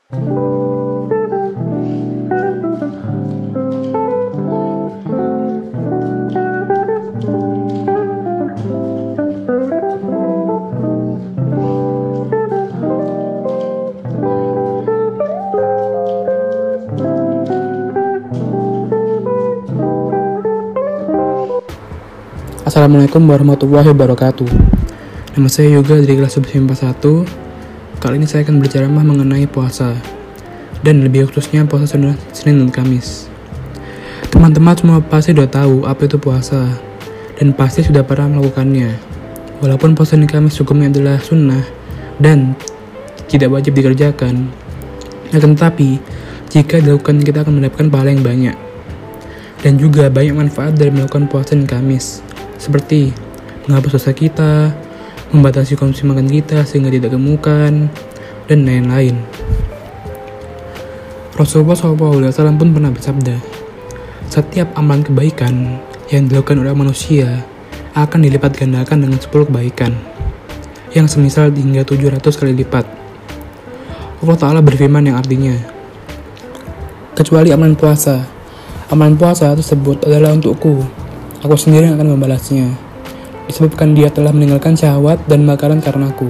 Assalamualaikum warahmatullahi wabarakatuh. Nama saya Yoga dari kelas 11 Kali ini saya akan berceramah mengenai puasa, dan lebih khususnya puasa Senin dan Kamis. Teman-teman semua pasti sudah tahu apa itu puasa, dan pasti sudah pernah melakukannya. Walaupun puasa Senin Kamis hukumnya adalah sunnah dan tidak wajib dikerjakan, akan tetapi jika dilakukan kita akan mendapatkan pahala yang banyak, dan juga banyak manfaat dari melakukan puasa Senin Kamis, seperti menghapus dosa kita, membatasi konsumsi makan kita sehingga tidak gemukan, dan lain-lain. Rasulullah SAW pun pernah bersabda, setiap amalan kebaikan yang dilakukan oleh manusia akan dilipat gandakan dengan 10 kebaikan, yang semisal hingga 700 kali lipat. Allah Ta'ala berfirman yang artinya, kecuali amalan puasa tersebut adalah untukku. Aku sendiri yang akan membalasnya, disebabkan dia telah meninggalkan syahwat dan makanan karenaku.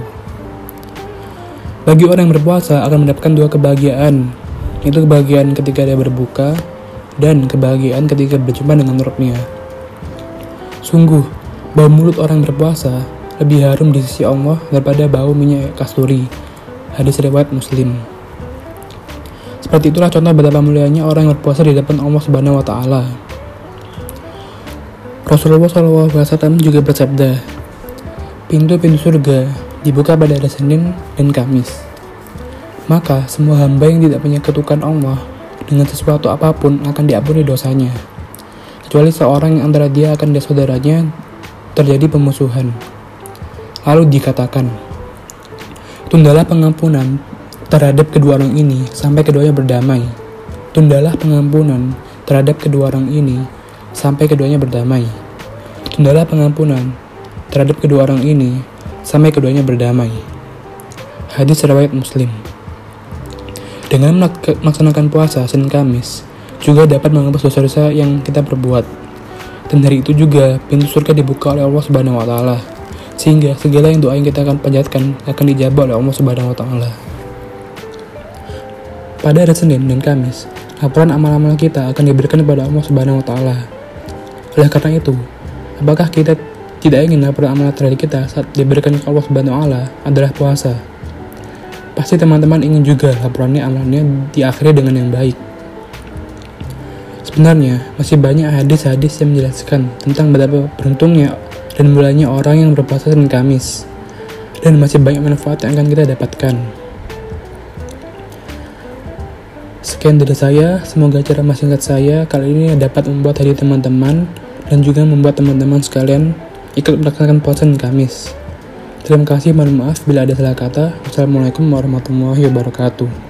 Bagi orang yang berpuasa akan mendapatkan 2 kebahagiaan, yaitu kebahagiaan ketika dia berbuka dan kebahagiaan ketika berjumpa dengan Rabb-Nya. Sungguh, bau mulut orang berpuasa lebih harum di sisi Allah daripada bau minyak kasturi. Hadis riwayat Muslim. Seperti itulah contoh betapa mulianya orang yang berpuasa di depan Allah Subhanahu wa Ta'ala. Rasulullah SAW juga bersabda, pintu-pintu surga dibuka pada hari Senin dan Kamis. Maka semua hamba yang tidak menyekutukan Allah dengan sesuatu apapun akan diampuni dosanya, kecuali seorang yang antara dia akan dan saudaranya terjadi pemusuhan. Lalu dikatakan, tundalah pengampunan terhadap kedua orang ini sampai keduanya berdamai. Tundalah pengampunan terhadap kedua orang ini sampai keduanya berdamai. Tundalah pengampunan terhadap kedua orang ini sampai keduanya berdamai. Hadis riwayat Muslim. Dengan melaksanakan puasa Senin Kamis juga dapat menghapus dosa-dosa yang kita perbuat. Dan dari itu juga pintu surga dibuka oleh Allah Subhanahu wa Ta'ala, sehingga segala yang doa yang kita akan panjatkan akan dijabah oleh Allah Subhanahu wa Ta'ala. Pada hari Senin dan Kamis, laporan amal-amal kita akan diberikan kepada Allah Subhanahu wa Ta'ala. Oleh karena itu, apakah kita tidak ingin laporan amalan terhadap kita saat diberikan ke Allah Subhanahu wa Ta'ala adalah puasa? Pasti teman-teman ingin juga laporannya amalannya diakhiri dengan yang baik. Sebenarnya, masih banyak hadis-hadis yang menjelaskan tentang betapa beruntungnya dan mulianya orang yang berpuasa Senin Kamis, dan masih banyak manfaat yang akan kita dapatkan. Sekian dari saya, semoga ceramah singkat saya kali ini dapat membuat hati teman-teman dan juga membuat teman-teman sekalian ikut melaksanakan puasa Senin Kamis. Terima kasih, mohon maaf bila ada salah kata. Wassalamualaikum warahmatullahi wabarakatuh.